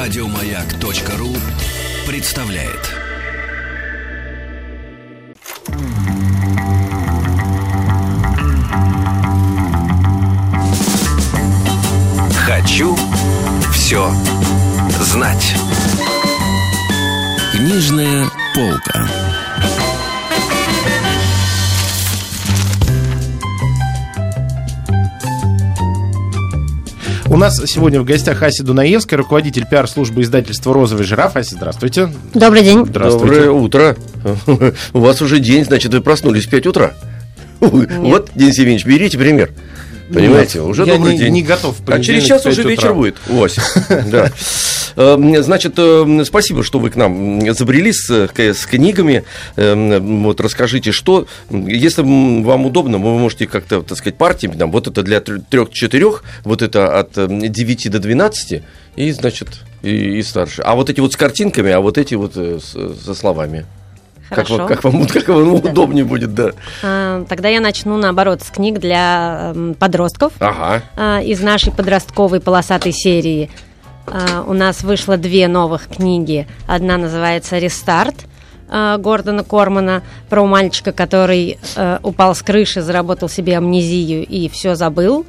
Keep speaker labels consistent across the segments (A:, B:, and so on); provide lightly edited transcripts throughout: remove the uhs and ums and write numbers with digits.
A: Радиомаяк.ру представляет. Хочу все знать. Книжная полка.
B: У нас сегодня в гостях Ася Дунаевская, руководитель пиар-службы издательства «Розовый жираф». Ася, здравствуйте.
C: Добрый день.
D: Здравствуйте. Доброе утро. У вас уже день, значит, вы проснулись в 5 утра. Вот, Денис Евгеньевич, берите пример. Понимаете, уже добрый день.
B: Я не готов.
D: А через час уже вечер будет. Ось. Да. Значит, спасибо, что вы к нам забрели с книгами. Вот расскажите, что, если вам удобно, вы можете как-то, так сказать, партиями, там, вот это для 3-4, вот это от 9 до 12, и, значит, и старше. А вот эти вот с картинками, а вот эти вот со словами. Как вам удобнее будет, да.
C: Тогда я начну, наоборот, с книг для подростков. Из нашей подростковой полосатой серии у нас вышло 2 новых книги. Одна называется «Рестарт» Гордона Кормана, про мальчика, который упал с крыши, заработал себе амнезию и все забыл.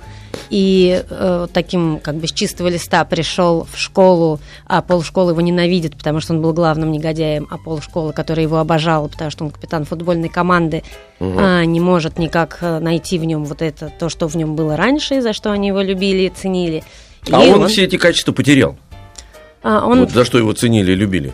C: И таким, как бы, с чистого листа пришел в школу, а полшколы его ненавидит, потому что он был главным негодяем, а полшколы, которая его обожала, потому что он капитан футбольной команды, не может никак найти в нем вот это, то, что в нем было раньше, за что они его любили и ценили.
D: А он все эти качества потерял? Вот за что его ценили и любили?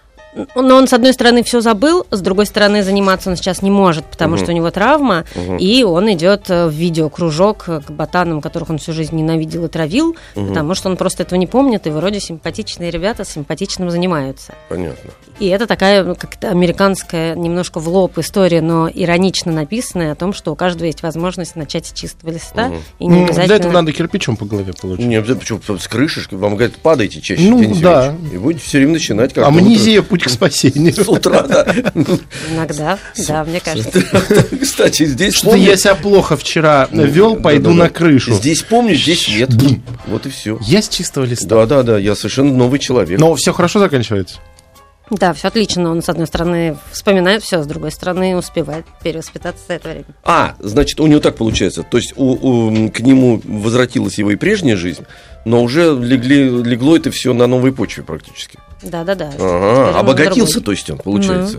C: Но он, с одной стороны, все забыл, с другой стороны, заниматься он сейчас не может, потому что у него травма, и он идет в видеокружок к ботанам, которых он всю жизнь ненавидел и травил, потому что он просто этого не помнит, и вроде симпатичные ребята симпатичным занимаются.
D: Понятно.
C: И это такая, как-то американская, немножко в лоб история, но иронично написанная о том, что у каждого есть возможность начать с чистого листа, и не обязательно...
B: Для этого надо кирпичом по голове получить.
D: Не обязательно, почему с крыши, вам говорят, падайте чаще,
B: Денис Евгеньевич,
D: и будете все время начинать как-то...
B: Амнезия, путь к спасению.
D: С утра, да.
C: Иногда, да, мне кажется.
D: Кстати, здесь...
B: Что я себя плохо вчера вел, пойду на крышу.
D: Здесь помню, здесь нет. Вот и все.
B: Я с чистого листа.
D: Да, я совершенно новый человек.
B: Но все хорошо заканчивается?
C: Да, все отлично. Он, с одной стороны, вспоминает все, с другой стороны, успевает перевоспитаться за это время.
D: Значит, у него так получается. То есть к нему возвратилась его и прежняя жизнь, но уже легло это все на новой почве практически.
C: Да.
D: Обогатился, то есть он, получается.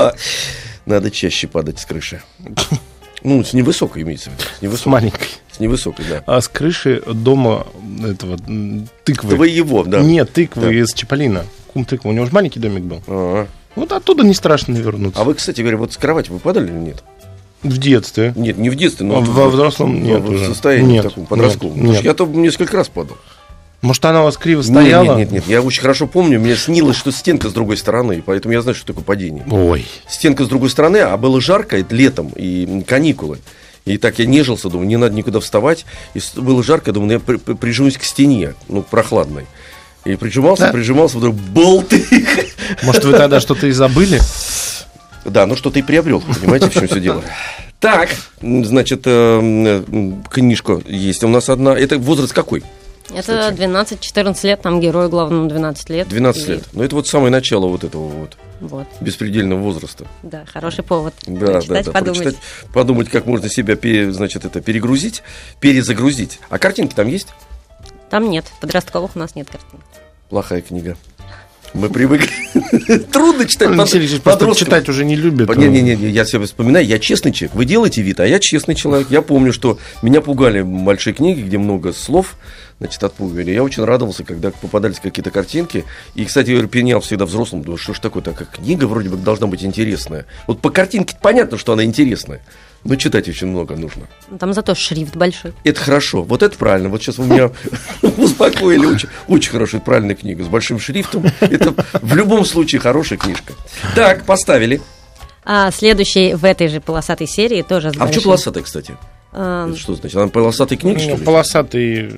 D: Надо чаще падать с крыши. Ну, с невысокой имеется в виду.
B: С маленькой.
D: С невысокой, да.
B: А с крыши дома этого тыквы.
D: Твоего, да.
B: Нет, тыквы из Чаполина. Кум-тыква. У него же маленький домик был. Вот оттуда не страшно вернуться.
D: А вы, кстати говоря, вот с кровати вы падали или нет?
B: В детстве.
D: Нет, не в детстве, но
B: во взрослом нет уже.
D: В состоянии таком подростковом.
B: Нет.
D: Я-то несколько раз падал.
B: Может, она у вас криво стояла?
D: Нет, я очень хорошо помню, мне снилось, что стенка с другой стороны, поэтому я знаю, что такое падение.
B: Ой.
D: Стенка с другой стороны, а было жарко, это летом, и каникулы. И так я нежился, думаю, не надо никуда вставать. И было жарко, думаю, я прижмусь к стене, прохладной. И прижимался, вдруг болты.
B: Может, вы тогда что-то и забыли?
D: Да, что-то и приобрел, понимаете, в чем все дело. Так, значит, книжка есть у нас одна. Это возраст какой?
C: Это 12-14 лет, там герою главному 12 лет.
D: 12 лет. Ну, это вот самое начало вот этого вот беспредельного возраста.
C: Да, хороший повод.
D: Да, прочитать, подумать, как можно себя перегрузить, перезагрузить. А картинки там есть?
C: Там нет, подростковых у нас нет картинок.
D: Плохая книга. Мы привыкли. Трудно читать.
B: Подросткам читать уже не любят.
D: Не, я себе вспоминаю, я честный человек. Вы делаете вид, а я честный человек. Я помню, что меня пугали большие книги, где много слов, отпугивали. Я очень радовался, когда попадались какие-то картинки. И, кстати, я пенял всегда взрослым, думаю, что ж такое, такая книга вроде бы должна быть интересная. Вот по картинке понятно, что она интересная. Но читать очень много нужно.
C: Там зато шрифт большой.
D: Это хорошо, вот это правильно. Вот сейчас вы меня успокоили. Очень хорошая, правильная книга с большим шрифтом. Это в любом случае хорошая книжка. Так, поставили.
C: Следующий в этой же полосатой серии тоже с большим...
D: А почему полосатая, кстати? Это что значит? Она полосатая книга, что ли?
B: Полосатые...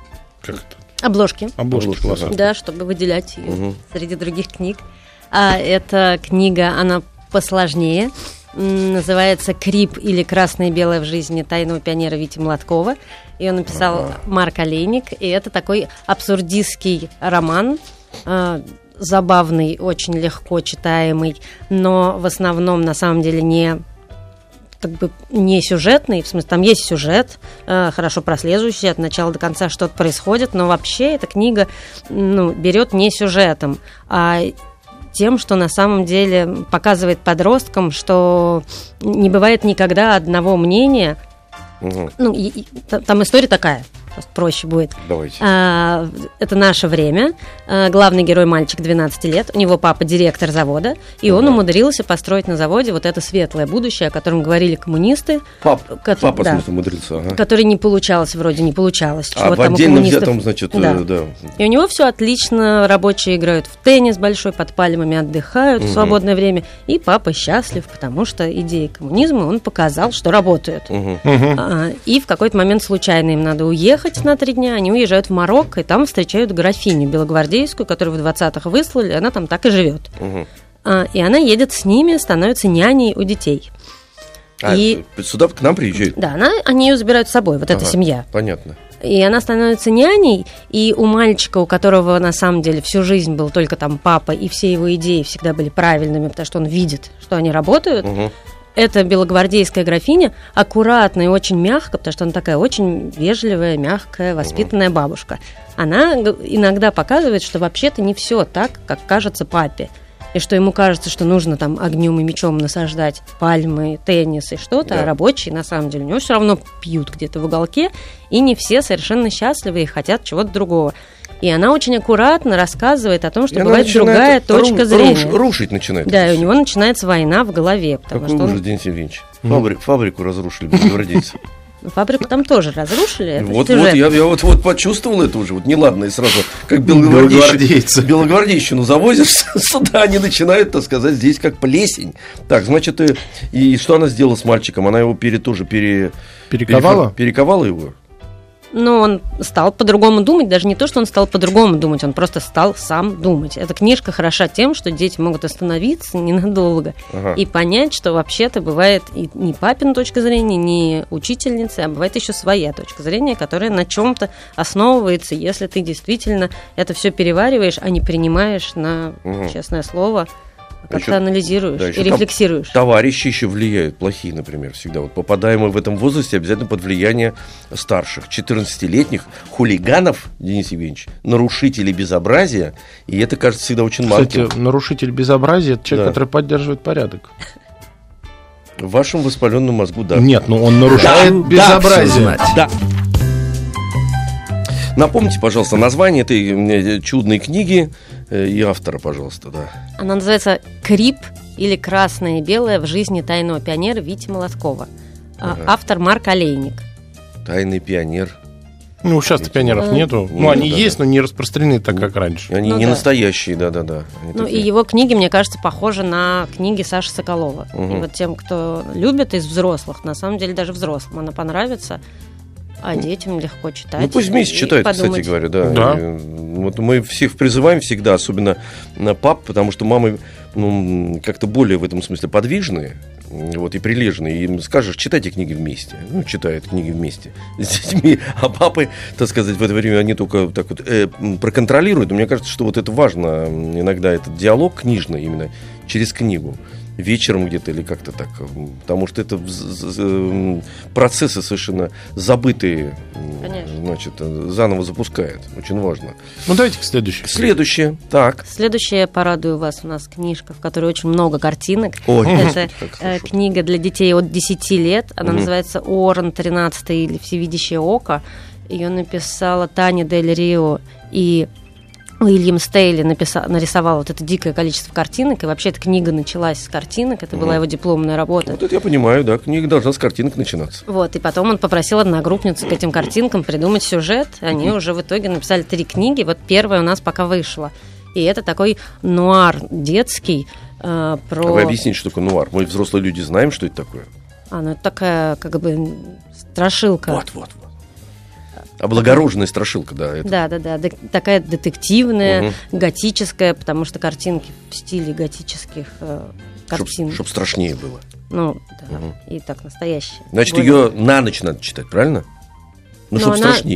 C: Обложки. Да, чтобы выделять ее среди других книг. Эта книга, она посложнее. Называется «Крип» или «Красное и белое в жизни тайного пионера Вити Младкова». Ее написал Марк Олейник. И это такой абсурдистский роман, забавный, очень легко читаемый, но в основном, на самом деле, не сюжетный, в смысле, там есть сюжет, хорошо прослеживающий, от начала до конца что-то происходит, но вообще эта книга берет не сюжетом, а тем, что на самом деле показывает подросткам, что не бывает никогда одного мнения. Угу. Там история такая. Проще будет.
D: Давайте.
C: Это наше время. Главный герой мальчик 12 лет. У него папа директор завода. И он умудрился построить на заводе вот это светлое будущее, о котором говорили коммунисты.
D: Папа, в смысле, умудрился. Ага.
C: Который не получалось, вроде не получалось.
D: В отдельном взятом, значит, да.
C: И у него все отлично. Рабочие играют в теннис большой, под пальмами отдыхают в свободное время. И папа счастлив, потому что идеи коммунизма он показал, что работают. И в какой-то момент случайно им надо уехать на 3 дня, они уезжают в Марокко, и там встречают графиню белогвардейскую, которую в 20-х выслали, она там так и живет. И она едет с ними, становится няней у детей.
D: И сюда к нам приезжают?
C: Да, они ее забирают с собой, эта семья.
D: Понятно.
C: И она становится няней, и у мальчика, у которого на самом деле всю жизнь был только там папа, и все его идеи всегда были правильными, потому что он видит, что они работают, эта белогвардейская графиня аккуратно и очень мягко, потому что она такая очень вежливая, мягкая, воспитанная бабушка. Она иногда показывает, что вообще-то не все так, как кажется папе. И что ему кажется, что нужно там огнем и мечом насаждать пальмы, теннис и что-то, а рабочие, на самом деле, у него все равно пьют где-то в уголке, и не все совершенно счастливы и хотят чего-то другого. И она очень аккуратно рассказывает о том, что бывает другая точка зрения.
D: Рушить начинает.
C: Да, и у него начинается война в голове.
D: Какой ужас, Денис Евгеньевич. Фабрику разрушили белогвардейцы.
C: Фабрику там тоже разрушили.
D: Вот я почувствовал это уже, неладно, и сразу, как белогвардейщину завозишь сюда, они начинают, так сказать, здесь как плесень. Так, значит, и что она сделала с мальчиком? Она его перековала? Перековала его?
C: Но он стал по-другому думать, даже не то, что он стал по-другому думать, он просто стал сам думать. Эта книжка хороша тем, что дети могут остановиться ненадолго и понять, что вообще-то бывает и не папина точка зрения, не учительницы, а бывает еще своя точка зрения, которая на чем-то основывается, если ты действительно это все перевариваешь, а не принимаешь на честное слово. Как-то анализируешь и рефлексируешь.
D: Товарищи еще влияют, плохие, например, всегда. Вот попадаем мы в этом возрасте обязательно под влияние старших, 14-летних хулиганов, Денис Евгеньевич, нарушителей безобразия, и это, кажется, всегда очень маркером.
B: Кстати, нарушитель безобразия – это человек, который поддерживает порядок.
D: В вашем воспаленном мозгу, да.
B: Нет, но он нарушает безобразие.
D: Да. Напомните, пожалуйста, название этой чудной книги и автора, пожалуйста, да.
C: Она называется «Крип» или «Красное и белое в жизни тайного пионера» Вити Молоткова. Автор Марк Олейник.
D: Тайный пионер.
B: Ну, сейчас-то пионеров нету. Ну, они есть, но не распространены так, как раньше.
D: Они не настоящие, да-да-да.
C: И его книги, мне кажется, похожи на книги Саши Соколова. И вот тем, кто любит из взрослых, на самом деле даже взрослым она понравится. А детям легко читать.
D: Ну, пусть вместе читают, кстати говоря, да. Вот мы всех призываем всегда, особенно на пап, потому что мамы как-то более в этом смысле подвижные, и прилежные. Им скажешь, читайте книги вместе. Читают книги вместе с детьми. А папы, так сказать, в это время они только так вот проконтролируют. Но мне кажется, что вот это важно. Иногда этот диалог книжный именно через книгу. Вечером где-то или как-то так. Потому что это процессы совершенно забытые.
C: Конечно.
D: Значит, заново запускает. Очень важно.
B: Ну, давайте к следующей.
C: Следующая, порадую вас, у нас книжка, в которой очень много картинок. Это книга для детей от 10 лет. Она называется «Уоррен 13 или Всевидящее око». Ее написала Таня Дель Рио и Уильям Стейли нарисовал вот это дикое количество картинок, и вообще эта книга началась с картинок, это была его дипломная работа.
D: Вот это я понимаю, да, книга должна с картинок начинаться.
C: И потом он попросил одногруппницу к этим картинкам придумать сюжет, они уже в итоге написали 3 книги, первая у нас пока вышла. И это такой нуар детский про...
D: А вы объясните, что такое нуар? Мы, взрослые люди, знаем, что это такое?
C: Это такая, страшилка.
D: Вот. Облагороженная страшилка, да.
C: Да. Такая детективная, готическая, потому что картинки в стиле готических картин.
D: Чтоб страшнее было.
C: И так настоящие.
D: Значит, ее на ночь надо читать, правильно? Чтоб страшнее.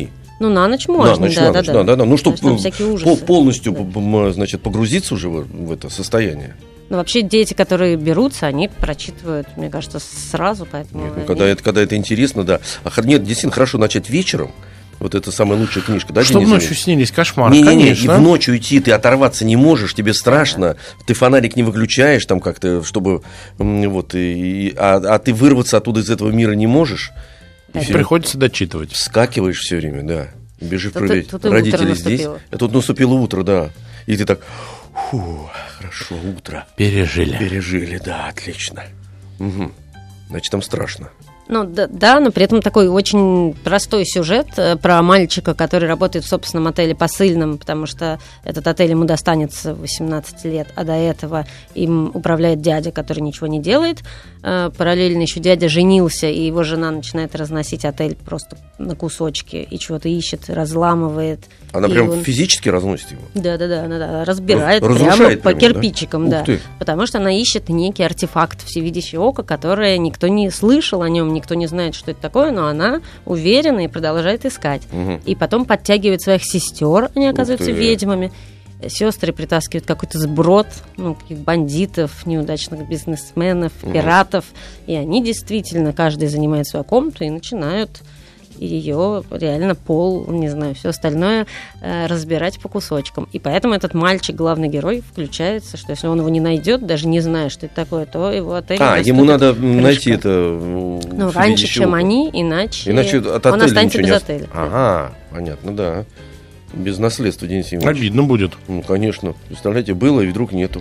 C: Ну, на ночь можно, да.
D: Ну, чтобы полностью, значит, погрузиться уже в это состояние.
C: Ну, вообще, дети, которые берутся, они прочитывают, мне кажется, сразу, поэтому...
D: Нет, когда это интересно, да. Нет, действительно, хорошо начать вечером. Вот это самая лучшая книжка, да,
B: чтобы ночью снились кошмары,
D: конечно. И в ночь уйти, ты оторваться не можешь, тебе страшно, ты фонарик не выключаешь там как-то, чтобы... Вот, а ты вырваться оттуда из этого мира не можешь.
B: Приходится дочитывать.
D: Вскакиваешь все время, да. Бежишь проверить, родители здесь. Тут наступило утро, да. И ты так... Фу, хорошо, утро. Пережили, да, отлично. Угу. Значит, там страшно.
C: Ну, да, но при этом такой очень простой сюжет про мальчика, который работает в собственном отеле посыльным, потому что этот отель ему достанется в 18 лет, а до этого им управляет дядя, который ничего не делает. Параллельно еще дядя женился, и его жена начинает разносить отель просто на кусочки, и чего-то ищет, разламывает.
D: Она прям физически разносит его?
C: Да, разбирает прямо по кирпичикам, да. Потому что она ищет некий артефакт всевидящее око, которое никто не слышал о нем, никто не знает, что это такое, но она уверена и продолжает искать. И потом подтягивает своих сестер, они оказываются ведьмами. Сестры притаскивают какой-то сброд, каких бандитов, неудачных бизнесменов, пиратов. И они действительно, каждый занимает свою комнату и начинают ее реально пол, не знаю, все остальное разбирать по кусочкам. И поэтому этот мальчик, главный герой, включается, что если он его не найдет, даже не зная, что это такое, то его отель...
D: ему надо найти это...
C: Ну, раньше, чем они, иначе он останется без отеля.
D: Ага, понятно, да. Без наследства, Денис Евгеньевич.
B: Обидно будет.
D: Ну, конечно. Представляете, было, и вдруг нету.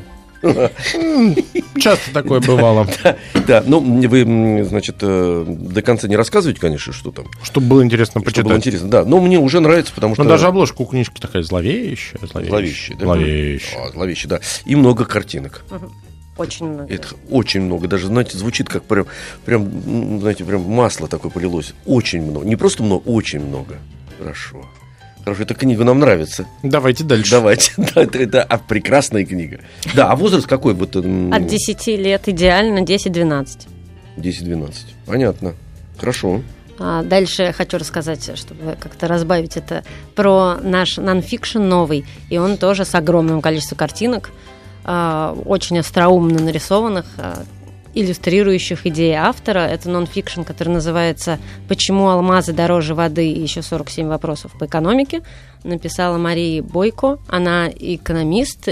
B: Часто такое бывало.
D: Да, ну, вы, значит, до конца не рассказываете, конечно, что там.
B: Чтобы было интересно почитать.
D: Чтобы было интересно, да. Но мне уже нравится, потому что...
B: Но даже обложка у книжки такая зловещая.
D: Зловещая, да?
B: Зловещая,
D: да. И много картинок.
C: Очень много.
D: Это очень много. Даже, знаете, звучит как прям, знаете, прям масло такое полилось. Очень много. Не просто много, очень много. Хорошо, эта книга нам нравится.
B: Давайте дальше.
D: Давайте. Да, это прекрасная книга. Да, а возраст какой?
C: От 10 лет идеально, 10-12.
D: 10-12. Понятно. Хорошо.
C: Дальше я хочу рассказать, чтобы как-то разбавить это, про наш нонфикшн новый. И он тоже с огромным количеством картинок, очень остроумно нарисованных, иллюстрирующих идеи автора. Это нонфикшн, который называется «Почему алмазы дороже воды» и еще 47 вопросов по экономике. Написала Мария Бойко. Она экономист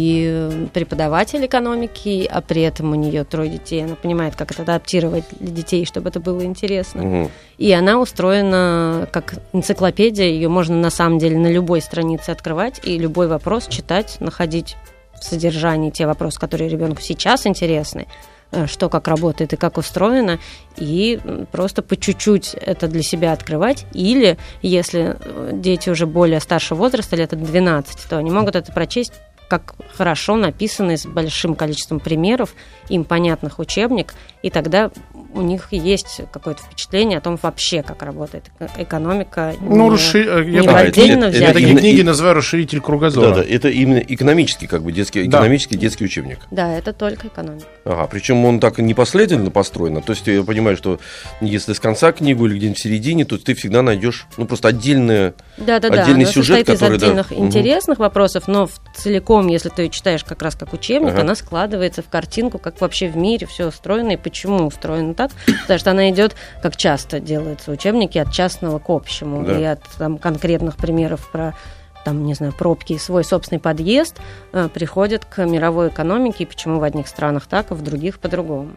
C: и преподаватель экономики, а при этом у нее 3 детей. Она понимает, как это адаптировать для детей, чтобы это было интересно. И она устроена как энциклопедия. Ее можно на самом деле на любой странице открывать и любой вопрос читать, находить в содержании те вопросы, которые ребенку сейчас интересны, что как работает и как устроено, и просто по чуть-чуть это для себя открывать. Или, если дети уже более старшего возраста, лет от 12, то они могут это прочесть как хорошо написанный, с большим количеством примеров, им понятных учебник, и тогда у них есть какое-то впечатление о том вообще, как работает экономика.
B: Ну, я такие книги называю «Расширитель кругозора».
D: Да, это именно экономический, детский учебник.
C: Да, это только экономика.
D: Ага, причем он так непоследовательно построен. То есть я понимаю, что если с конца книгу или где-нибудь в середине, то ты всегда найдешь просто отдельный сюжет, который...
C: из отдельных интересных вопросов, но целиком, если ты ее читаешь как раз как учебник, она складывается в картинку, как вообще в мире все устроено и почему устроено так, потому что она идет, как часто делаются учебники, от частного к общему, и от конкретных примеров про пробки и свой собственный подъезд приходят к мировой экономике, и почему в одних странах так, а в других по-другому.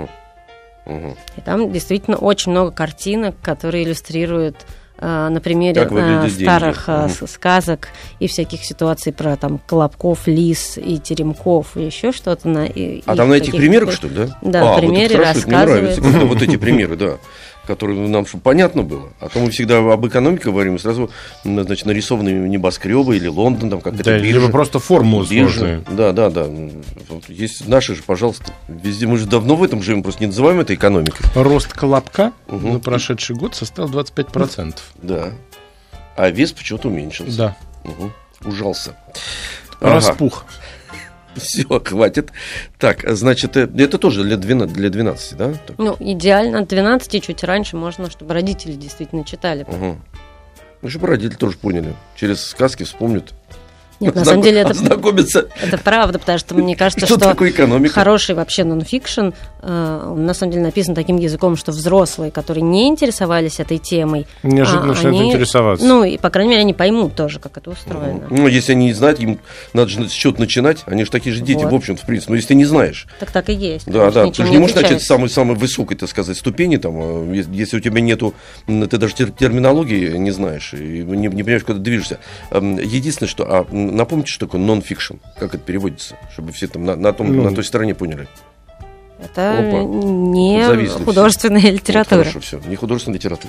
C: И там действительно очень много картинок, которые иллюстрируют на примере старых сказок и всяких ситуаций про колобков, лис и теремков и еще что-то.
D: Там на этих примерах, что ли, да?
C: Да, примеры рассказывают.
D: Мне нравятся вот эти примеры, да, которые нам понятно было. А то мы всегда об экономике говорим, и сразу, нарисованы небоскребы или Лондон, там какая-то биржа.
B: Либо просто формулы сложные.
D: Да. Есть наши же, пожалуйста, везде. Мы же давно в этом живем, просто не называем это экономикой.
B: Рост колобка на прошедший год составил 25%.
D: Да. А вес почему-то уменьшился.
B: Да.
D: Ужался.
B: Распух.
D: Все, хватит. Так, значит, это тоже для 12, да?
C: Ну, идеально от 12, чуть раньше можно, чтобы родители действительно читали.
D: Ну, чтобы родители тоже поняли. Через сказки вспомнят.
C: Нет, на самом деле
D: это
C: правда, потому что мне кажется, что хороший вообще нонфикшн, он на самом деле написан таким языком, что взрослые, которые не интересовались этой темой,
B: неожиданно начинают интересоваться.
C: Ну, и, по крайней мере, они поймут тоже, как это устроено.
D: Ну, если они не знают, им надо же с чего-то начинать, они же такие же дети, в общем-то, в принципе, но если ты не знаешь.
C: Так и есть.
D: Да, ты же не можешь начать с самой высокой, так сказать, ступени, там, если у тебя нету, ты даже терминологии не знаешь, и не понимаешь, куда движешься. Единственное, что... Напомните, что такое нон-фикшн, как это переводится, чтобы все там на той стороне поняли.
C: Это не художественная литература.
D: Хорошо, все, не художественная литература.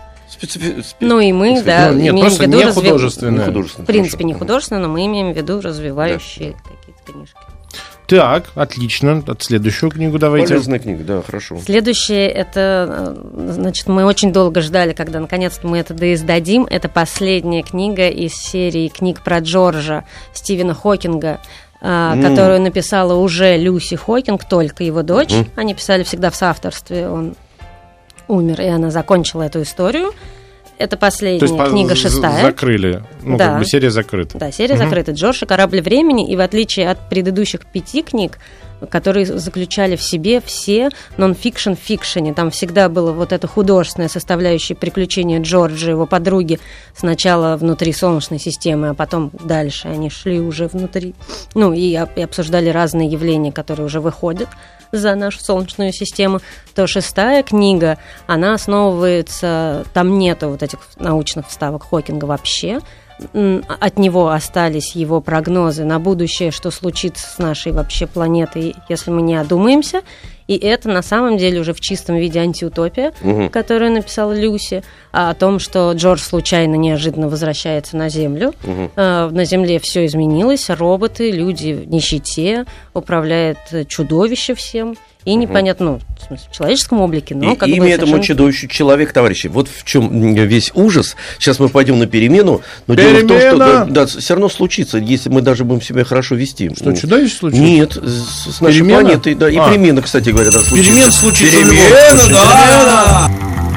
C: Ну и мы, да, имеем в виду...
B: Не художественная.
C: В принципе, не художественная, но мы имеем в виду развивающие какие-то книжки.
B: Так, отлично. От следующую книгу давайте.
D: Полезная книга, да, хорошо.
C: Следующее, это, значит, мы очень долго ждали, когда наконец-то мы это доиздадим. Это последняя книга из серии книг про Джорджа Стивена Хокинга, которую написала уже Люси Хокинг, только его дочь. Они писали всегда в соавторстве, он умер, и она закончила эту историю. Это последняя книга, 6-я.
B: Закрыли. Ну, да. Как бы серия закрыта.
C: Да, серия закрыта. Джордж и корабль времени. И в отличие от предыдущих 5 книг, которые заключали в себе все нон-фикшн в фикшене. Там всегда была вот эта художественная составляющая приключения Джорджа и его подруги сначала внутри Солнечной системы, а потом дальше они шли уже внутри. Ну, и обсуждали разные явления, которые уже выходят за нашу Солнечную систему, то 6-я книга, она основывается, там нету вот этих научных вставок Хокинга вообще, от него остались его прогнозы на будущее, что случится с нашей вообще планетой, если мы не одумаемся. И это на самом деле уже в чистом виде антиутопия, которую написала Люси, о том, что Джордж случайно, неожиданно возвращается на Землю. На Земле все изменилось, роботы, люди в нищете, управляет чудовище всем. И непонятно, ну, в смысле, в человеческом облике, но как бы
D: имя этому чудовищу человек, товарищи. Вот в чем весь ужас. Сейчас мы пойдем на перемену, но дело в том, что да, все равно случится, если мы даже будем себя хорошо вести.
B: Что, чудовище случится?
D: Нет, с нашей планетой, да, и перемена, кстати говоря, да, случится.
B: Перемен случится.
D: Перемена, да!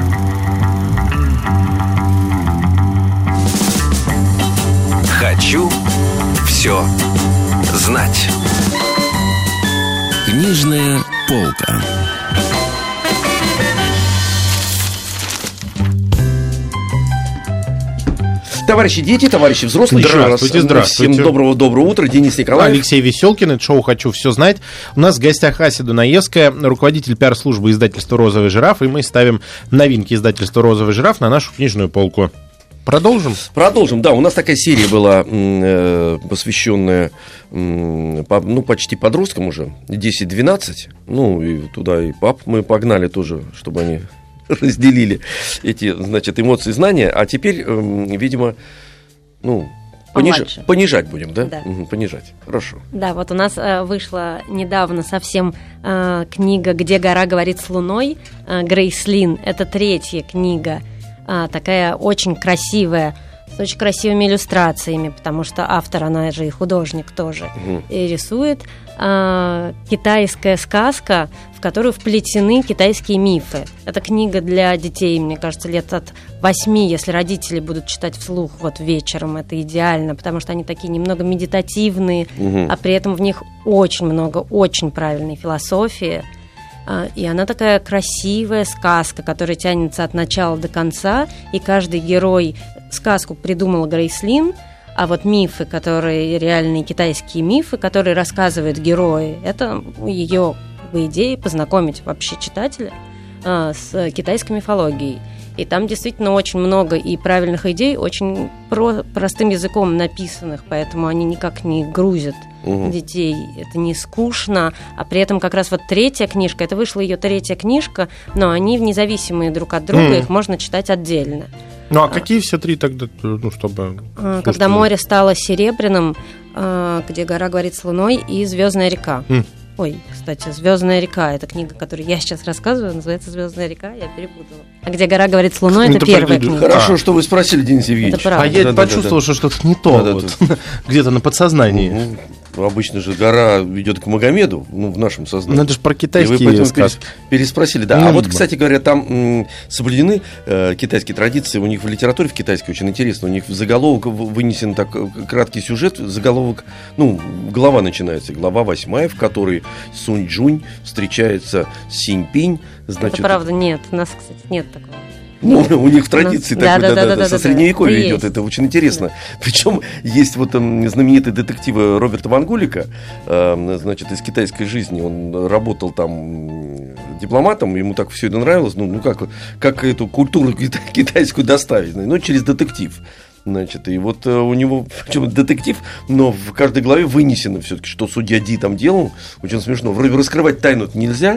A: Хочу все знать. Книжная полка.
D: Товарищи дети, товарищи взрослые,
B: здравствуйте,
D: еще раз всем доброго утра. Денис Николаев.
B: Алексей Веселкин, это шоу «Хочу все знать». У нас в гостях Ася Дунаевская, руководитель пиар-службы издательства «Розовый жираф», и мы ставим новинки издательства «Розовый жираф» на нашу книжную полку. Продолжим?
D: Продолжим, да. У нас такая серия была, посвященная почти подросткам уже, 10-12. Ну, и туда и пап мы погнали тоже, чтобы они разделили эти, значит, эмоции и знания. А теперь, видимо, понижать будем, да? Понижать. Хорошо.
C: Да, вот у нас вышла недавно совсем книга «Где гора говорит с луной» Грейс Лин. Это 3-я книга. Такая очень красивая, с очень красивыми иллюстрациями, потому что автор, она же и художник тоже, и рисует. Китайская сказка, в которую вплетены китайские мифы. Это книга для детей, мне кажется, лет от 8, если родители будут читать вслух вот вечером, это идеально, потому что они такие немного медитативные, а при этом в них очень много очень правильной философии. И она такая красивая сказка, которая тянется от начала до конца, и каждый герой сказку придумал Грейс Лин, а вот мифы, которые реальные китайские мифы, которые рассказывают герои, это ее идея познакомить вообще читателя с китайской мифологией. И там действительно очень много и правильных идей, очень простым языком написанных, поэтому они никак не грузят детей. Это не скучно, а при этом как раз вот 3-я книжка, это вышла ее 3-я книжка, но они независимые друг от друга, их можно читать отдельно.
B: Ну, а какие все 3 тогда, чтобы...
C: Когда море стало серебряным, где гора говорит с луной, и «Звездная река». Ой, кстати, «Звездная река» — это книга, которую я сейчас рассказываю, называется «Звездная река», я перепутала. А «Где гора говорит с луной» — это 1-я книга.
D: Хорошо, что вы спросили, Денис Евгеньевич.
B: А я почувствовал, что что-то не то, где-то на подсознании.
D: обычно же гора ведет к Магомеду, в нашем сознании.
B: Ну, это же про китайские сказки.
D: Переспросили, да. А вот, кстати говоря, там соблюдены китайские традиции. У них в литературе в китайской очень интересно. У них в заголовок вынесен так краткий сюжет. Заголовок, глава начинается. Глава 8, в которой Сунь Чжунь встречается с Синь Пинь. Значит,
C: это правда нет. У нас, кстати, нет такого.
D: У них в традиции такой, со средневековья идет, это очень интересно. Причем есть вот знаменитый детектив Роберта Ван Гулика, значит, из китайской жизни. Он работал там дипломатом, ему так все это нравилось, как эту культуру китайскую доставить, через детектив. Значит, и вот у него, причем детектив, но в каждой главе вынесено все-таки, что судья Ди там делал. Очень смешно. Вроде раскрывать тайну нельзя.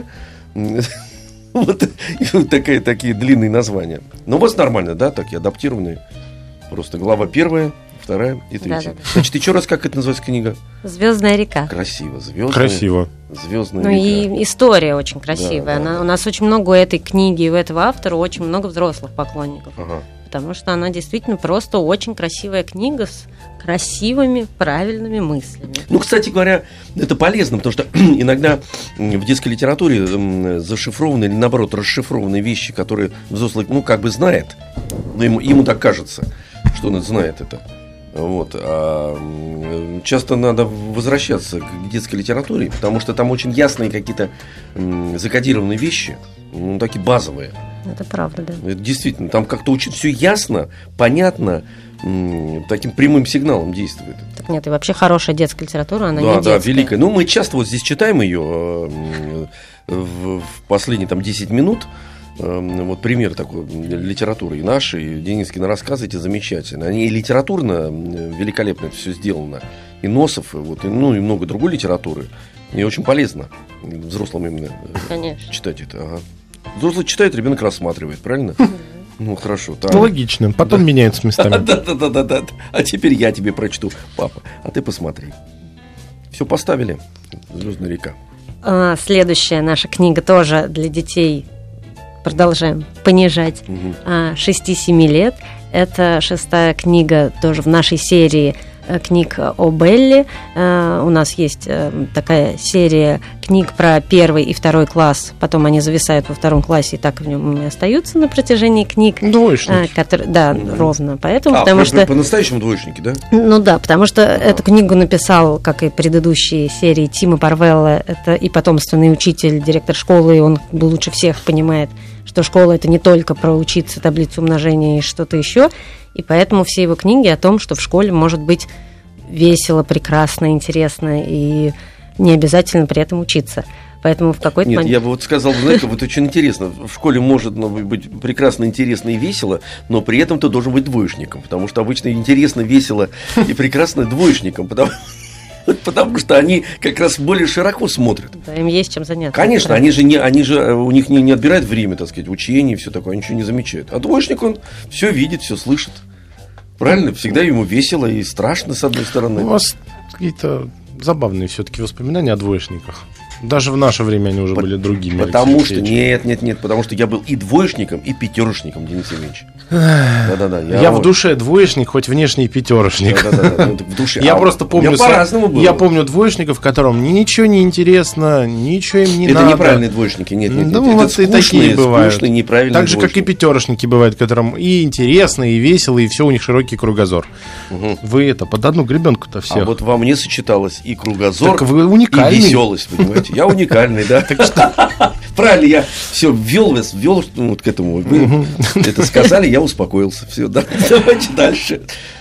D: Вот такие длинные названия. Но у вас нормально, да, такие адаптированные. Просто глава 1, 2 и 3. Да. Значит, еще раз, как это называется книга?
C: «Звездная река».
D: Красиво. Звездная река.
C: И история очень красивая. Да. У нас очень много у этой книги и у этого автора очень много взрослых поклонников. Ага. Потому что она действительно просто очень красивая книга с красивыми, правильными мыслями.
D: Кстати говоря, это полезно, потому что иногда в детской литературе зашифрованы или, наоборот, расшифрованы вещи, которые взрослый, знает, но ему так кажется, что он знает это. Вот. А часто надо возвращаться к детской литературе, потому что там очень ясные какие-то закодированные вещи, такие базовые.
C: Это правда, да.
D: Это действительно, там как-то очень все ясно, понятно, таким прямым сигналом действует.
C: Так нет, и вообще хорошая детская литература, она не детская. Да,
D: великая. Мы часто вот здесь читаем ее в последние 10 минут. Вот пример такой литературы и нашей, и Денискины рассказы эти замечательные. Они и литературно великолепно это все сделано. И Носов, и много другой литературы. И очень полезно взрослым именно читать это. Ага. Взрослый читает, ребенок рассматривает, правильно? Хорошо.
B: Логично, потом меняются местами.
D: Да. А теперь я тебе прочту, папа, а ты посмотри. Все поставили. «Звездная река».
C: Следующая наша книга тоже для детей. Продолжаем понижать. 6-7 лет. Это 6-я книга тоже в нашей серии книг о Белле. У нас есть такая серия книг про 1 и 2 класс. Потом они зависают во 2 классе и так в нем и остаются на протяжении книг.
B: Двоечники.
C: Ровно. Поэтому, потому что
D: по-настоящему двоечники, да?
C: Да, потому что эту книгу написал, как и предыдущие серии, Тимо Парвелло. Это и потомственный учитель, директор школы, и он лучше всех понимает, что школа – это не только про учиться таблицу умножения и что-то еще. И поэтому все его книги о том, что в школе может быть весело, прекрасно, интересно и не обязательно при этом учиться. Поэтому в какой-то момент...
D: я бы сказал, знаете, очень интересно. В школе может быть прекрасно, интересно и весело, но при этом ты должен быть двоечником, потому что обычно интересно, весело и прекрасно двоечником, потому что они как раз более широко смотрят.
C: Да, им есть чем заняться.
D: Конечно, они же у них не отбирают время, учение и все такое, они ничего не замечают. А двоечник, он все видит, все слышит. Правильно? Всегда ему весело и страшно, с одной стороны.
B: У вас какие-то забавные все-таки воспоминания о двоечниках. Даже в наше время они уже были другими.
D: Потому что, нет, потому что я был и двоечником, и пятерочником, Денис Евгеньевич. Да.
B: Я в душе двоечник, хоть внешний пятерочник.
D: Да, в душе.
B: Я просто помню.
D: Я по-разному был.
B: Я помню двоечников, которым ничего не интересно, ничего им не надо.
D: Это неправильные двоечники, нет.
B: Вот и такие бывают.
D: Скучные, неправильные
B: так же, как и пятерочники бывают, которым и интересно, и весело, и все у них широкий кругозор. Вы под одну гребенку-то всех.
D: А вот во мне сочеталось и кругозор,
B: так вы уникальный.
D: И веселость, понимаете? Я уникальный, да. Так что правильно, я все ввел вас вот к этому. Вы это сказали, я успокоился. Все, давайте дальше.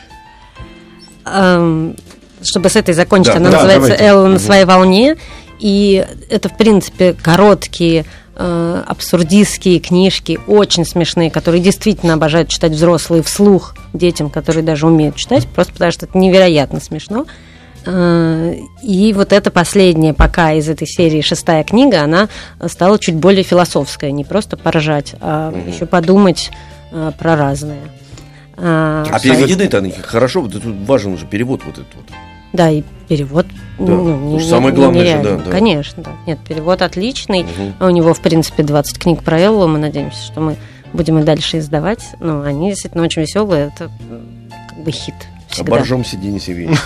C: Чтобы с этой закончить, она называется «Элла на своей волне». И это, в принципе, короткие абсурдистские книжки, очень смешные, которые действительно обожают читать взрослые вслух детям, которые даже умеют читать, просто потому что это невероятно смешно. И вот эта последняя пока из этой серии 6-я книга, она стала чуть более философская, не просто поржать, а еще подумать про разное.
D: А переведены-то они хорошо, вот тут важен уже перевод вот этот вот.
C: Да, и перевод,
D: самое главное же, да.
C: Конечно, да. Нет, перевод отличный. У него, в принципе, 20 книг про Эллу. Мы надеемся, что мы будем и дальше издавать. Но они действительно очень веселые. Это как бы хит. всегда.
D: Оборжемся, Денис Евгеньевич.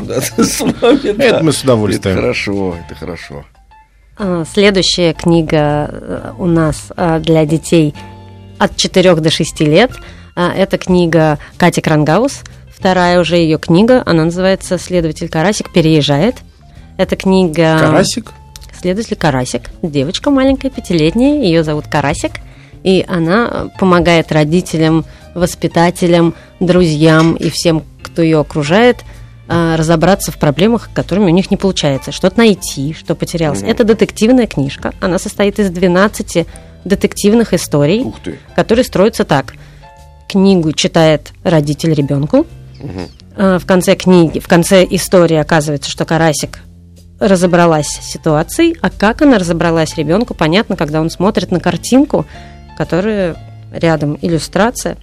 D: Это
B: мы с удовольствием.
D: Это хорошо.
C: Следующая книга у нас для детей от 4 до 6 лет. Это книга Кати Крангаус. Вторая уже ее книга. Она называется «Следователь Карасик переезжает». Это книга...
B: Карасик?
C: Следователь Карасик. Девочка маленькая, 5-летняя. Ее зовут Карасик. И она помогает родителям, воспитателям, друзьям и всем, кто ее окружает, разобраться в проблемах, которыми у них не получается. Что-то найти, что потерялось. Это детективная книжка. Она состоит из 12 детективных историй, которые строятся так. Книгу читает родитель ребенку. В конце истории оказывается, что Карасик разобралась с ситуацией. А как она разобралась ребенку, понятно, когда он смотрит на картинку, которая рядом иллюстрация.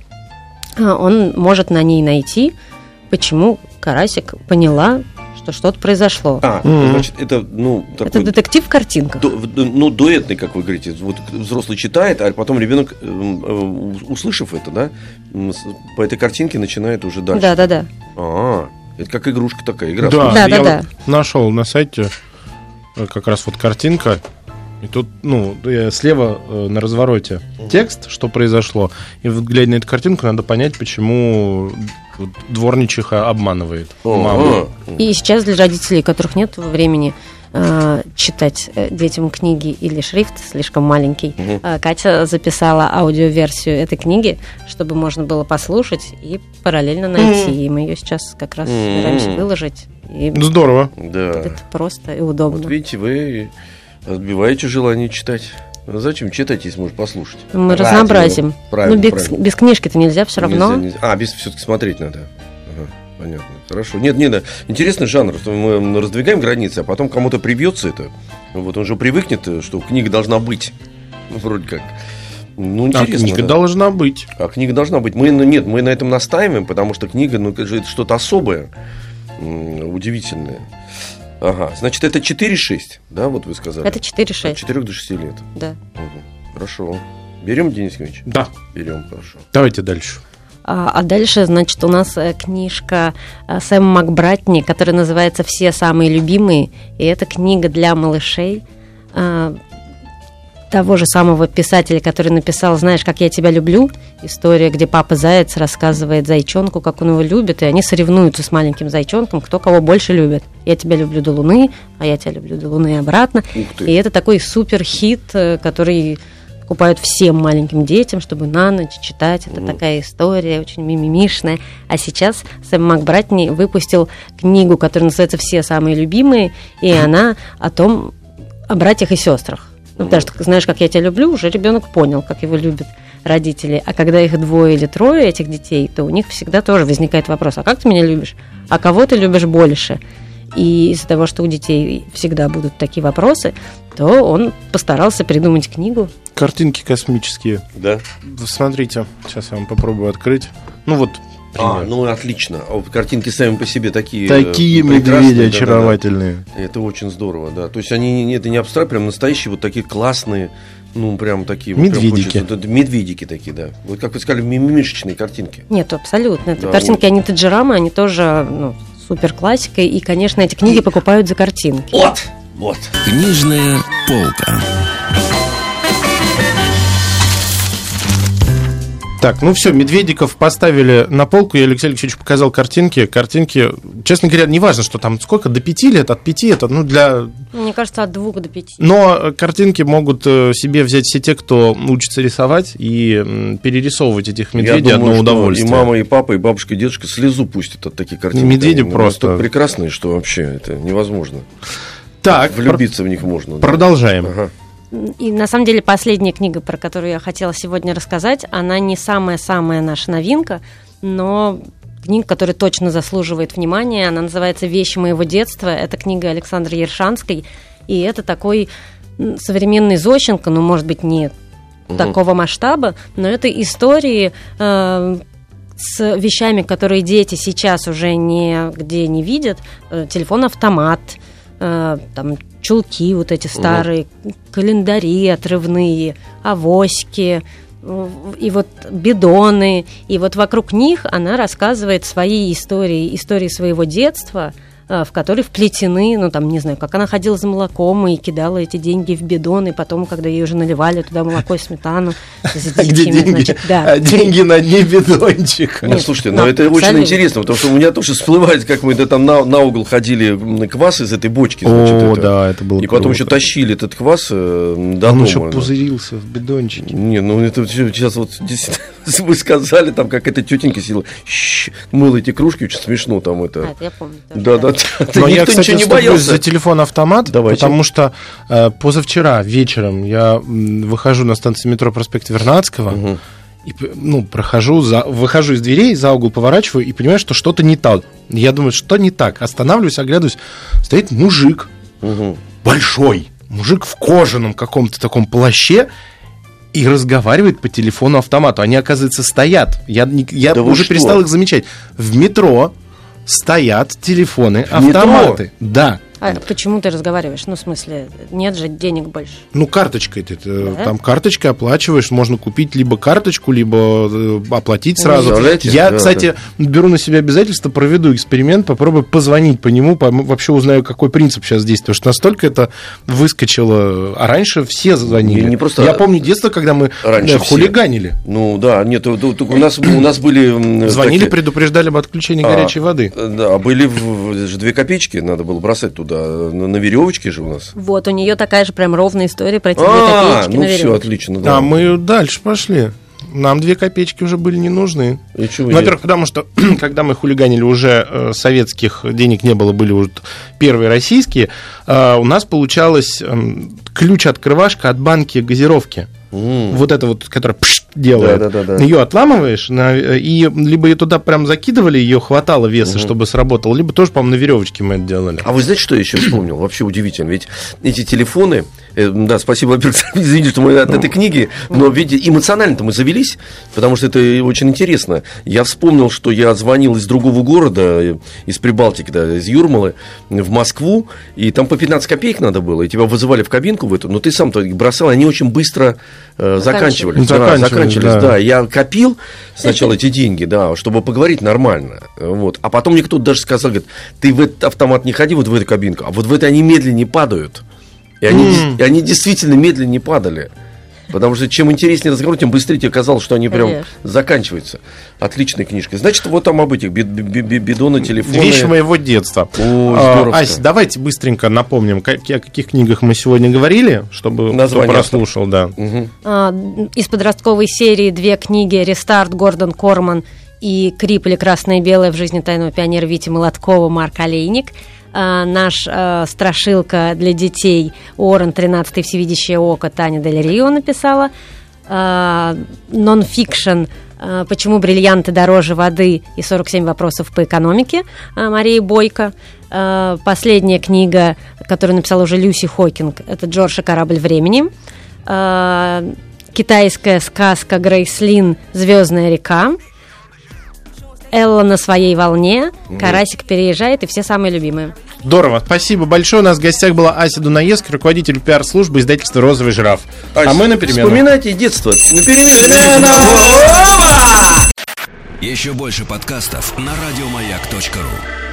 C: Он может на ней найти, почему Карасик поняла, что что-то произошло.
D: Значит, это, такой...
C: Это детектив в картинках.
D: Дуэтный, как вы говорите. Вот взрослый читает, а потом ребенок, услышав это, да, по этой картинке начинает уже дальше.
C: Да.
D: Это как игрушка такая, игра.
B: Да. Вот нашел на сайте как раз вот картинка. И тут, слева на развороте текст, что произошло. И вот, глядя на эту картинку, надо понять, почему дворничиха обманывает маму.
C: И сейчас для родителей, у которых нет времени читать детям книги или шрифт слишком маленький, Катя записала аудиоверсию этой книги, чтобы можно было послушать и параллельно найти. И мы ее сейчас как раз собираемся выложить. И
B: здорово.
D: Да.
C: Это просто и удобно.
D: Вот видите, вы отбиваете желание читать. Зачем читать, если можно послушать?
C: Мы разнообразим. Без книжки-то нельзя все равно.
D: Без все-таки смотреть надо. Понятно. Хорошо. Нет, интересный жанр. Мы раздвигаем границы, а потом кому-то привьется это. Вот он же привыкнет, что книга должна быть. Вроде как. Интересно.
B: Книга должна быть.
D: Книга должна быть. Мы на этом настаиваем, потому что книга, это что-то особое, удивительное. Значит, это 4-6, да, вот вы сказали?
C: Это 4-6.
D: От 4 до 6 лет.
C: Да.
D: Хорошо. Берем, Денис Евгеньевич?
B: Да.
D: Берем, хорошо.
B: Давайте дальше.
C: А дальше, значит, у нас книжка Сэма Макбратни, которая называется «Все самые любимые». И это книга для малышей того же самого писателя, который написал «Знаешь, как я тебя люблю». История, где папа Заяц рассказывает зайчонку, как он его любит, и они соревнуются с маленьким зайчонком, кто кого больше любит. «Я тебя люблю до Луны», а «Я тебя люблю до Луны» и обратно. И это такой супер-хит, который покупают всем маленьким детям, чтобы на ночь читать. Это такая история, очень мимимишная. А сейчас Сэм Макбратни выпустил книгу, которая называется «Все самые любимые», и она о братьях и сестрах. Потому что, знаешь, как я тебя люблю, уже ребенок понял, как его любят родители. А когда их 2 или 3 этих детей, то у них всегда тоже возникает вопрос: а как ты меня любишь? А кого ты любишь больше? И из-за того, что у детей всегда будут такие вопросы, то он постарался придумать книгу.
B: Картинки космические.
D: Да.
B: Смотрите, сейчас я вам попробую открыть.
D: Отлично. Картинки сами по себе такие
B: медведи очаровательные.
D: Да. Это очень здорово, да. То есть они, это не абстракт, прям настоящие вот такие классные, прям такие...
B: Медведики.
D: Медведики такие, да. Вот как вы сказали, мимимишечные картинки.
C: Нет, абсолютно. Это картинки, они таджирамы, они тоже, супер классика. И, конечно, эти книги покупают за картинки.
D: Вот.
A: Книжная полка.
B: Так, все, медведиков поставили на полку. Я Алексею Алексеевичу показал картинки. Картинки, честно говоря, не важно, что там сколько, до 5 лет, от 5 это, для...
C: Мне кажется, от 2 до 5.
B: Но картинки могут себе взять все те, кто учится рисовать, и перерисовывать этих медведей.
D: Я думаю,
B: одно удовольствие.
D: И мама, и папа, и бабушка, и дедушка слезу пустят от таких картинок.
B: Медведи просто...
D: прекрасные, что вообще это невозможно.
B: Так,
D: влюбиться в них можно.
B: Продолжаем.
D: Ага.
C: И на самом деле последняя книга, про которую я хотела сегодня рассказать, она не самая-самая наша новинка, но книга, которая точно заслуживает внимания. Она называется «Вещи моего детства». Это книга Александры Ершанской. И это такой современный Зощенко, может быть, не такого масштаба, но это истории с вещами, которые дети сейчас уже нигде не видят. Телефон-автомат, чулки вот эти старые, календари отрывные, авоськи, и вот бидоны, и вот вокруг них она рассказывает свои истории своего детства, в которые вплетены, ну, там, не знаю, как она ходила за молоком и кидала эти деньги в бидон, и потом, когда ее уже наливали туда молоко и сметану.
B: Где деньги? Деньги на дне бидончика.
D: Слушайте, но это очень интересно, потому что у меня тоже всплывает, как мы там на угол ходили квас из этой бочки.
B: О, да, это было.
D: И потом еще тащили этот квас до дома.
B: Он еще пузырился в бидончике.
D: Не, ну это сейчас вот вы сказали, там какая-то тетенька сидела, мыла эти кружки, очень смешно там это.
C: Это я помню.
D: Да.
B: Но я, кстати, вступлюсь за телефон-автомат, потому что позавчера вечером я выхожу на станцию метро проспект Вернадского, и, выхожу из дверей, за угол поворачиваю и понимаю, что что-то не так. Я думаю, что не так. Останавливаюсь, оглядываюсь, стоит мужик, большой, мужик в кожаном каком-то таком плаще, и разговаривает по телефону-автомату. Они, оказывается, стоят. Я уже перестал их замечать. В метро стоят телефоны, автоматы. Да.
C: А почему ты разговариваешь? Ну, в смысле, нет же денег больше.
B: Ну, карточкой ты. Да? Там карточкой оплачиваешь. Можно купить либо карточку, либо оплатить сразу. Я, кстати, беру на себя обязательство, проведу эксперимент, попробую позвонить по нему, вообще узнаю, какой принцип сейчас действует. Потому что настолько это выскочило. А раньше все звонили.
D: Не просто...
B: Я помню детство, когда мы хулиганили.
D: Ну, да. Нет, у нас были...
B: Звонили, предупреждали об отключении горячей воды.
D: Да, были 2 копеечки, надо было бросать туда. На веревочке же у нас.
C: Вот, у нее такая же прям ровная история про эти 2 копеечки на веревочке.
D: Все, отлично. Да.
B: А мы дальше пошли. Нам 2 копеечки уже были не нужны. Во-первых, потому что, когда мы хулиганили, уже советских денег не было, были уже первые российские, у нас получалось ключ-открывашка от банки газировки. Вот это вот, которая делает. Да. Ее отламываешь, и либо ее туда прям закидывали, ее хватало веса, чтобы сработало, либо тоже, по-моему, на веревочке мы это делали.
D: А вы знаете, что я еще вспомнил? Вообще удивительно. Ведь эти телефоны, да, спасибо, во-первых, извините, что мы от этой книги, но ведь эмоционально-то мы завелись, потому что это очень интересно. Я вспомнил, что я звонил из другого города, из Прибалтики, да, из Юрмалы, в Москву, и там по 15 копеек надо было, и тебя вызывали в кабинку в эту, но ты сам-то бросал, они очень быстро заканчивались. Да. Я копил сначала эти деньги, да, чтобы поговорить нормально. Вот. А потом мне кто-то даже сказал, говорит, ты в этот автомат не ходи, вот в эту кабинку, а вот в это они медленнее падают. И они действительно медленнее падали. Потому что чем интереснее разговор, тем быстрее тебе казалось, что они прям заканчиваются. Отличная книжка. Значит, вот там об этих бидоны, телефоны.
B: Вещь моего детства. Ась, давайте быстренько напомним, о каких книгах мы сегодня говорили, чтобы кто прослушал. Да.
C: Из подростковой серии 2 книги «Рестарт» Гордон Корман и «Крип» или «Красное и белое» в жизни тайного пионера Вити Молоткова Марк Олейник. Наш страшилка для детей Уоррен 13-й «Всевидящее око» Таня Дель Рио написала. Нон-фикшн «Почему бриллианты дороже воды» и 47 вопросов по экономике Марии Бойко. Последняя книга, которую написала уже Люси Хокинг, это «Джордж и корабль времени». Китайская сказка Грейс Лин «Звездная река». Элла на своей волне, Карасик переезжает и все самые любимые.
B: Здорово, спасибо большое. У нас в гостях была Ася Дунаевская, руководитель пиар-службы издательства «Розовый жираф». А мы на перемену.
D: Вспоминайте детство. На перемену.
A: Еще больше подкастов на радиомаяк.ру.